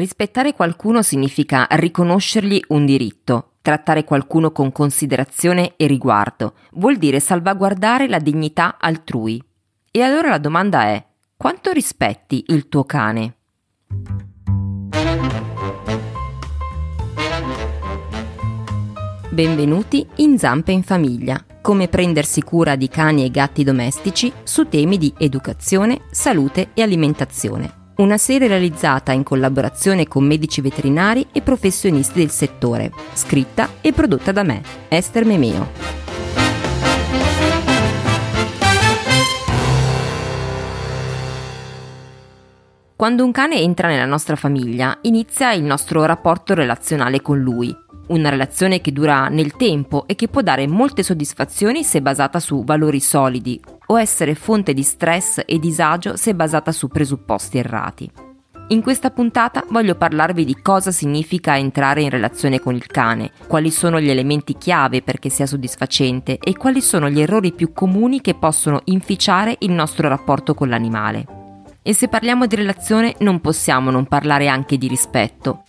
Rispettare qualcuno significa riconoscergli un diritto, trattare qualcuno con considerazione e riguardo, vuol dire salvaguardare la dignità altrui. E allora la domanda è: quanto rispetti il tuo cane? Benvenuti in Zampe in Famiglia, come prendersi cura di cani e gatti domestici su temi di educazione, salute e alimentazione. Una serie realizzata in collaborazione con medici veterinari e professionisti del settore, scritta e prodotta da me, Ester Memeo. Quando un cane entra nella nostra famiglia, inizia il nostro rapporto relazionale con lui. Una relazione che dura nel tempo e che può dare molte soddisfazioni se basata su valori solidi o essere fonte di stress e disagio se basata su presupposti errati. In questa puntata voglio parlarvi di cosa significa entrare in relazione con il cane, quali sono gli elementi chiave perché sia soddisfacente e quali sono gli errori più comuni che possono inficiare il nostro rapporto con l'animale. E se parliamo di relazione non possiamo non parlare anche di rispetto.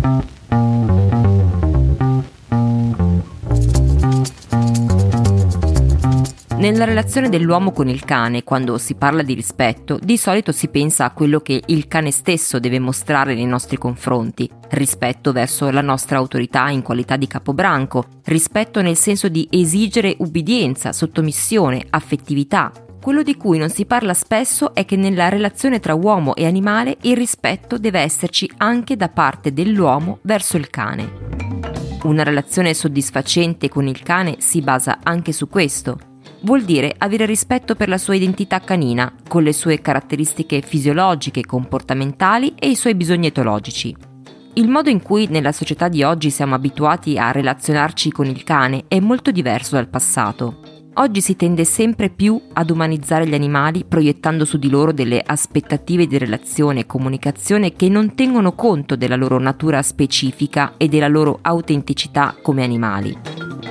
Nella relazione dell'uomo con il cane, quando si parla di rispetto, di solito si pensa a quello che il cane stesso deve mostrare nei nostri confronti. Rispetto verso la nostra autorità in qualità di capobranco, rispetto nel senso di esigere ubbidienza, sottomissione, affettività. Quello di cui non si parla spesso è che nella relazione tra uomo e animale il rispetto deve esserci anche da parte dell'uomo verso il cane. Una relazione soddisfacente con il cane si basa anche su questo. Vuol dire avere rispetto per la sua identità canina, con le sue caratteristiche fisiologiche, comportamentali e i suoi bisogni etologici. Il modo in cui nella società di oggi siamo abituati a relazionarci con il cane è molto diverso dal passato. Oggi si tende sempre più ad umanizzare gli animali proiettando su di loro delle aspettative di relazione e comunicazione che non tengono conto della loro natura specifica e della loro autenticità come animali.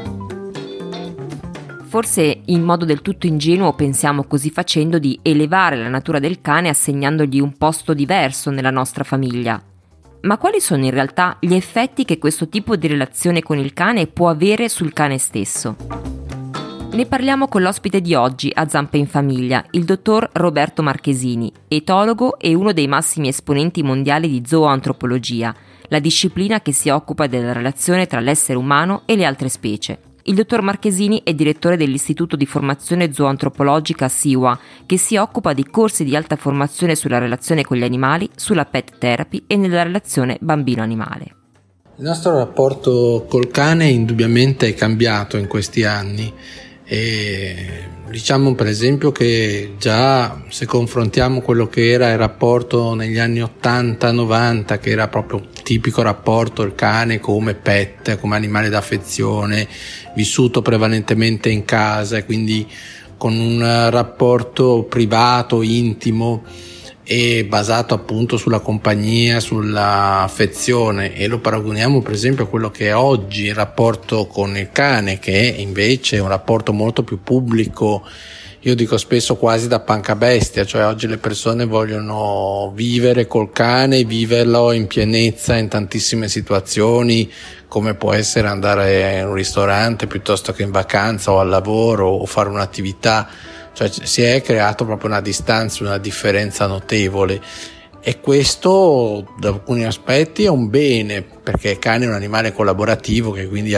Forse in modo del tutto ingenuo pensiamo così facendo di elevare la natura del cane assegnandogli un posto diverso nella nostra famiglia. Ma quali sono in realtà gli effetti che questo tipo di relazione con il cane può avere sul cane stesso? Ne parliamo con l'ospite di oggi a Zampe in Famiglia, il dottor Roberto Marchesini, etologo e uno dei massimi esponenti mondiali di zooantropologia, la disciplina che si occupa della relazione tra l'essere umano e le altre specie. Il dottor Marchesini è direttore dell'Istituto di Formazione Zooantropologica SIWA, che si occupa di corsi di alta formazione sulla relazione con gli animali, sulla pet therapy e nella relazione bambino-animale. Il nostro rapporto col cane indubbiamente è cambiato in questi anni e diciamo per esempio che già se confrontiamo quello che era il rapporto negli anni 80-90, che era proprio un tipico rapporto il cane come pet, come animale d'affezione, vissuto prevalentemente in casa e quindi con un rapporto privato, intimo e basato appunto sulla compagnia, sulla affezione, e lo paragoniamo per esempio a quello che è oggi il rapporto con il cane, che è invece un rapporto molto più pubblico, io dico spesso quasi da pancabestia, cioè oggi le persone vogliono vivere col cane, viverlo in pienezza in tantissime situazioni, come può essere andare in un ristorante piuttosto che in vacanza o al lavoro o fare un'attività. Cioè si è creato proprio una distanza, una differenza notevole, e questo da alcuni aspetti è un bene, perché il cane è un animale collaborativo che quindi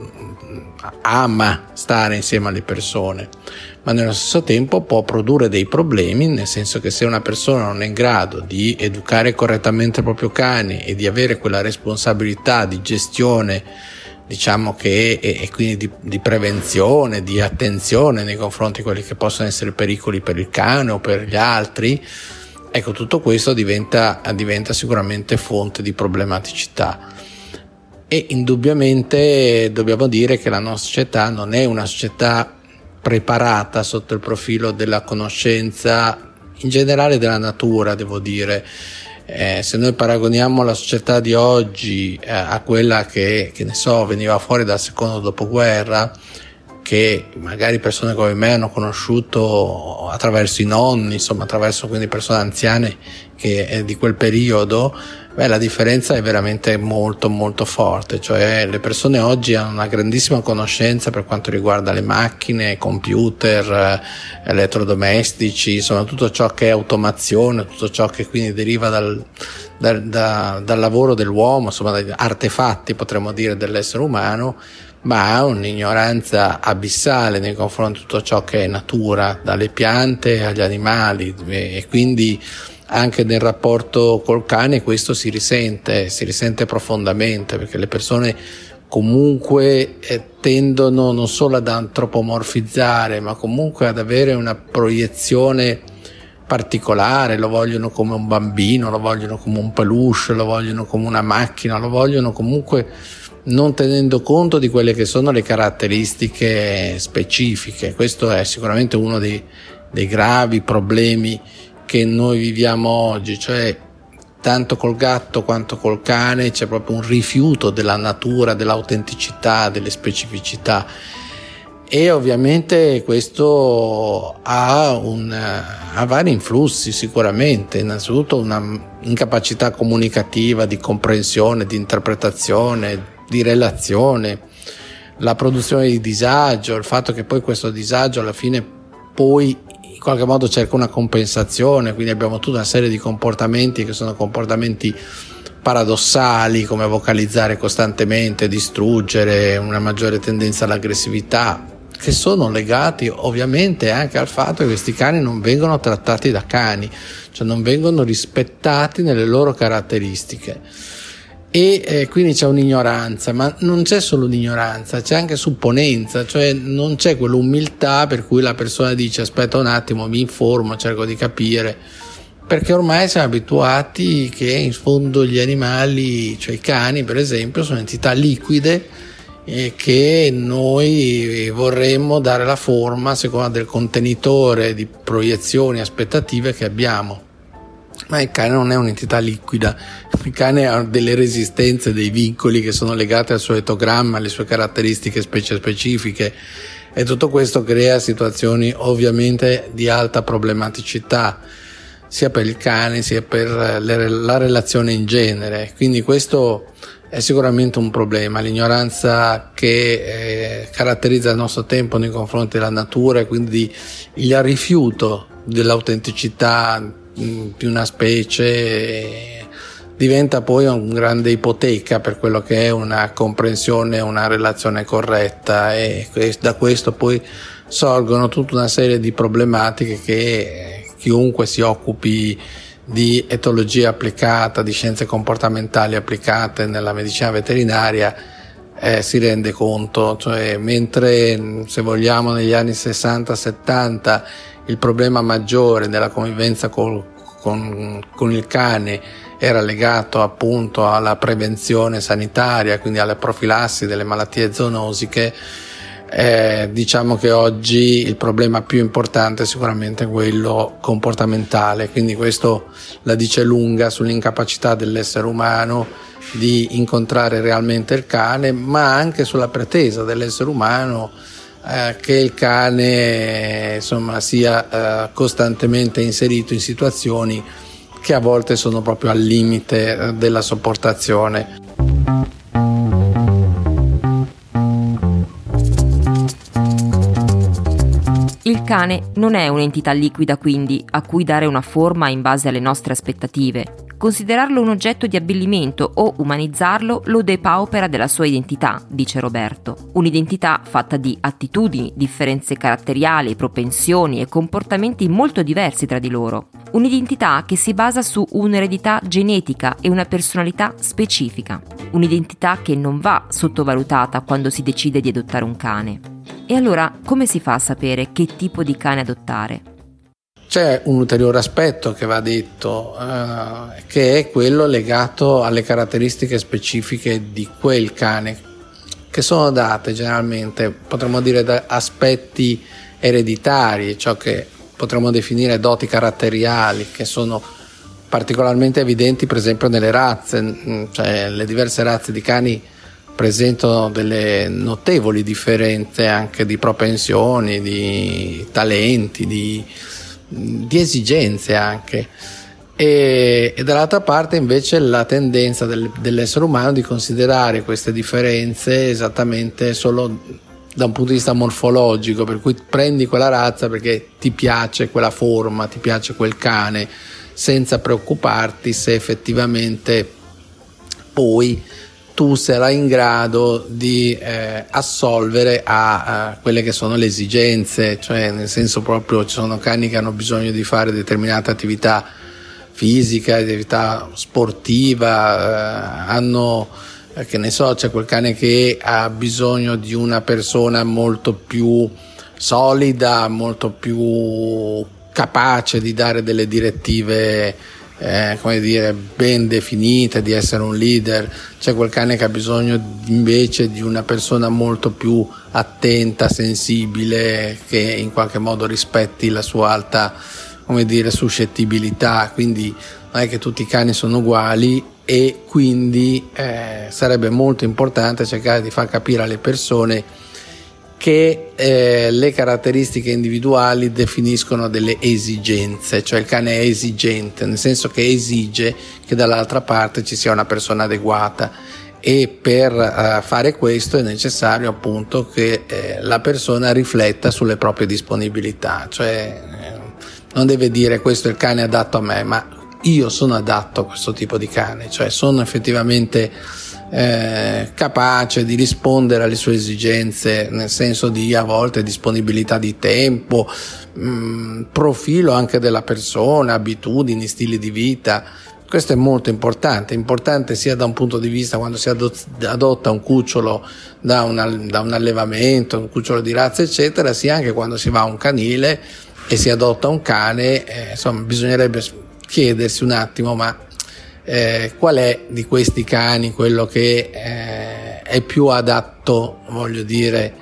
ama stare insieme alle persone, ma nello stesso tempo può produrre dei problemi, nel senso che se una persona non è in grado di educare correttamente il proprio cane e di avere quella responsabilità di gestione, diciamo che e quindi di prevenzione, di attenzione nei confronti di quelli che possono essere pericoli per il cane o per gli altri, ecco, tutto questo diventa sicuramente fonte di problematicità. E indubbiamente dobbiamo dire che la nostra società non è una società preparata sotto il profilo della conoscenza in generale della natura, devo dire. Se noi paragoniamo la società di oggi a quella che ne so, veniva fuori dal secondo dopoguerra, che magari persone come me hanno conosciuto attraverso i nonni, insomma attraverso quindi persone anziane che di quel periodo, La differenza è veramente molto molto forte, cioè le persone oggi hanno una grandissima conoscenza per quanto riguarda le macchine, computer, elettrodomestici, insomma tutto ciò che è automazione, tutto ciò che quindi deriva dal lavoro dell'uomo, insomma dagli artefatti potremmo dire dell'essere umano, ma ha un'ignoranza abissale nei confronti di tutto ciò che è natura, dalle piante agli animali, e quindi anche nel rapporto col cane questo si risente profondamente, perché le persone comunque tendono non solo ad antropomorfizzare, ma comunque ad avere una proiezione particolare, lo vogliono come un bambino, lo vogliono come un peluche, lo vogliono come una macchina, lo vogliono comunque non tenendo conto di quelle che sono le caratteristiche specifiche. Questo è sicuramente uno dei gravi problemi che noi viviamo oggi, cioè tanto col gatto quanto col cane c'è proprio un rifiuto della natura, dell'autenticità, delle specificità, e ovviamente questo ha vari influssi sicuramente. Innanzitutto una incapacità comunicativa, di comprensione, di interpretazione, di relazione, la produzione di disagio, il fatto che poi questo disagio alla fine poi in qualche modo cerca una compensazione, quindi abbiamo tutta una serie di comportamenti che sono comportamenti paradossali, come vocalizzare costantemente, distruggere, una maggiore tendenza all'aggressività, che sono legati ovviamente anche al fatto che questi cani non vengono trattati da cani, cioè non vengono rispettati nelle loro caratteristiche. E quindi c'è un'ignoranza, ma non c'è solo l'ignoranza, c'è anche supponenza, cioè non c'è quell'umiltà per cui la persona dice aspetta un attimo, mi informo, cerco di capire, perché ormai siamo abituati che in fondo gli animali, cioè i cani per esempio, sono entità liquide che noi vorremmo dare la forma a seconda del contenitore di proiezioni, aspettative che abbiamo. Ma il cane non è un'entità liquida, il cane ha delle resistenze, dei vincoli che sono legati al suo etogramma, alle sue caratteristiche specifiche, e tutto questo crea situazioni ovviamente di alta problematicità sia per il cane sia per la relazione in genere. Quindi questo è sicuramente un problema, l'ignoranza che caratterizza il nostro tempo nei confronti della natura, e quindi il rifiuto dell'autenticità di una specie diventa poi una grande ipoteca per quello che è una comprensione, una relazione corretta, e da questo poi sorgono tutta una serie di problematiche che chiunque si occupi di etologia applicata, di scienze comportamentali applicate nella medicina veterinaria si rende conto. Cioè, mentre se vogliamo negli anni 60-70 il problema maggiore della convivenza con il cane era legato appunto alla prevenzione sanitaria, quindi alle profilassi delle malattie zoonosiche, diciamo che oggi il problema più importante è sicuramente quello comportamentale, quindi questo la dice lunga sull'incapacità dell'essere umano di incontrare realmente il cane, ma anche sulla pretesa dell'essere umano che il cane insomma sia costantemente inserito in situazioni che a volte sono proprio al limite della sopportazione. Il cane non è un'entità liquida, quindi, a cui dare una forma in base alle nostre aspettative. Considerarlo un oggetto di abbellimento o umanizzarlo lo depaupera della sua identità, dice Roberto. Un'identità fatta di attitudini, differenze caratteriali, propensioni e comportamenti molto diversi tra di loro. Un'identità che si basa su un'eredità genetica e una personalità specifica. Un'identità che non va sottovalutata quando si decide di adottare un cane. E allora, come si fa a sapere che tipo di cane adottare? C'è un ulteriore aspetto che va detto, che è quello legato alle caratteristiche specifiche di quel cane, che sono date generalmente, potremmo dire, da aspetti ereditari, ciò che potremmo definire doti caratteriali, che sono particolarmente evidenti per esempio nelle razze, cioè le diverse razze di cani presentano delle notevoli differenze anche di propensioni, di talenti, di esigenze anche, e dall'altra parte invece la tendenza dell'essere umano di considerare queste differenze esattamente solo da un punto di vista morfologico, per cui prendi quella razza perché ti piace quella forma, ti piace quel cane, senza preoccuparti se effettivamente poi tu sarai in grado di assolvere a quelle che sono le esigenze, cioè nel senso proprio ci sono cani che hanno bisogno di fare determinate attività fisica, attività sportiva, hanno, che ne so, c'è quel cane che ha bisogno di una persona molto più solida, molto più capace di dare delle direttive come dire, ben definite, di essere un leader. C'è quel cane che ha bisogno invece di una persona molto più attenta, sensibile, che in qualche modo rispetti la sua alta, come dire, suscettibilità. Quindi non è che tutti i cani sono uguali, e quindi sarebbe molto importante cercare di far capire alle persone che le caratteristiche individuali definiscono delle esigenze, cioè il cane è esigente, nel senso che esige che dall'altra parte ci sia una persona adeguata, e per fare questo è necessario appunto che la persona rifletta sulle proprie disponibilità, cioè non deve dire questo è il cane adatto a me, ma io sono adatto a questo tipo di cane, cioè sono effettivamente capace di rispondere alle sue esigenze, nel senso di a volte disponibilità di tempo, profilo anche della persona, abitudini, stili di vita. Questo è molto importante sia da un punto di vista quando si adotta un cucciolo da un allevamento, un cucciolo di razza eccetera, sia anche quando si va a un canile e si adotta un cane. Insomma, bisognerebbe chiedersi un attimo, ma qual è di questi cani quello che è più adatto, voglio dire,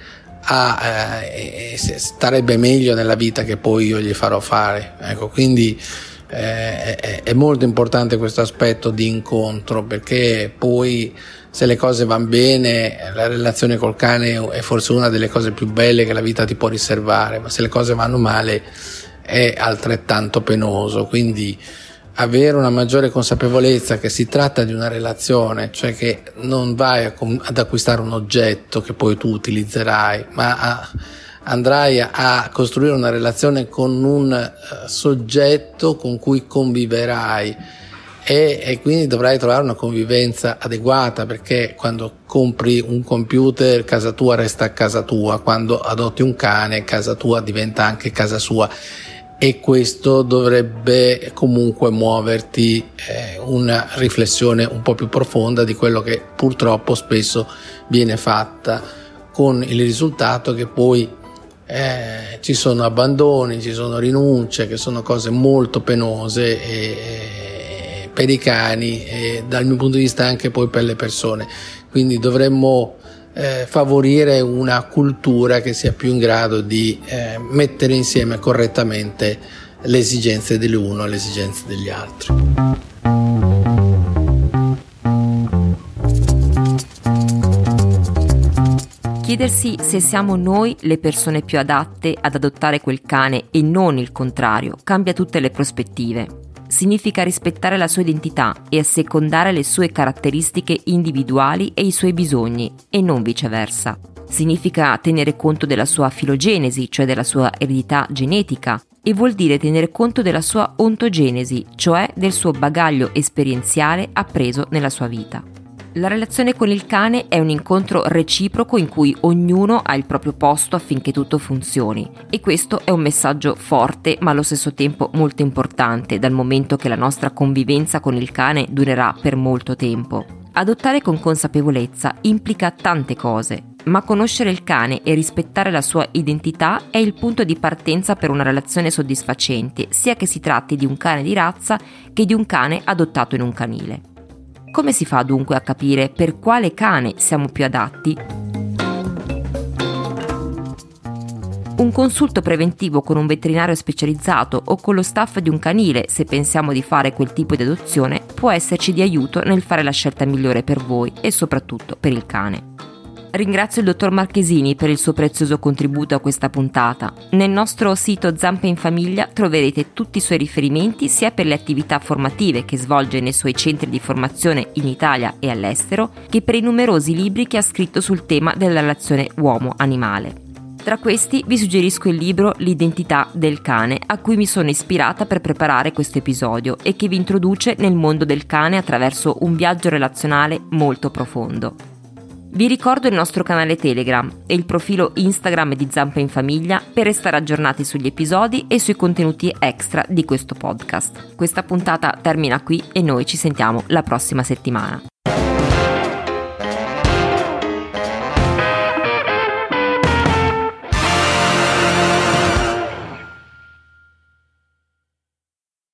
starebbe meglio nella vita che poi io gli farò fare. Ecco, quindi è molto importante questo aspetto di incontro, perché poi se le cose vanno bene la relazione col cane è forse una delle cose più belle che la vita ti può riservare, ma se le cose vanno male è altrettanto penoso. Quindi avere una maggiore consapevolezza che si tratta di una relazione, cioè che non vai ad acquistare un oggetto che poi tu utilizzerai, ma andrai a costruire una relazione con un soggetto con cui conviverai, e quindi dovrai trovare una convivenza adeguata, perché quando compri un computer casa tua resta casa tua, quando adotti un cane casa tua diventa anche casa sua. E questo dovrebbe comunque muoverti una riflessione un po' più profonda di quello che purtroppo spesso viene fatta, con il risultato che poi ci sono abbandoni, ci sono rinunce, che sono cose molto penose per i cani e dal mio punto di vista anche poi per le persone. Quindi dovremmo favorire una cultura che sia più in grado di mettere insieme correttamente le esigenze dell'uno e le esigenze degli altri. Chiedersi se siamo noi le persone più adatte ad adottare quel cane e non il contrario cambia tutte le prospettive. Significa rispettare la sua identità e assecondare le sue caratteristiche individuali e i suoi bisogni, e non viceversa. Significa tenere conto della sua filogenesi, cioè della sua eredità genetica, e vuol dire tenere conto della sua ontogenesi, cioè del suo bagaglio esperienziale appreso nella sua vita. La relazione con il cane è un incontro reciproco in cui ognuno ha il proprio posto affinché tutto funzioni, e questo è un messaggio forte ma allo stesso tempo molto importante, dal momento che la nostra convivenza con il cane durerà per molto tempo. Adottare con consapevolezza implica tante cose, ma conoscere il cane e rispettare la sua identità è il punto di partenza per una relazione soddisfacente, sia che si tratti di un cane di razza che di un cane adottato in un canile. Come si fa dunque a capire per quale cane siamo più adatti? Un consulto preventivo con un veterinario specializzato o con lo staff di un canile, se pensiamo di fare quel tipo di adozione, può esserci di aiuto nel fare la scelta migliore per voi e soprattutto per il cane. Ringrazio il dottor Marchesini per il suo prezioso contributo a questa puntata. Nel nostro sito Zampe in Famiglia troverete tutti i suoi riferimenti sia per le attività formative che svolge nei suoi centri di formazione in Italia e all'estero, che per i numerosi libri che ha scritto sul tema della relazione uomo-animale. Tra questi vi suggerisco il libro L'identità del cane, a cui mi sono ispirata per preparare questo episodio e che vi introduce nel mondo del cane attraverso un viaggio relazionale molto profondo. Vi ricordo il nostro canale Telegram e il profilo Instagram di Zampe in Famiglia per restare aggiornati sugli episodi e sui contenuti extra di questo podcast. Questa puntata termina qui e noi ci sentiamo la prossima settimana.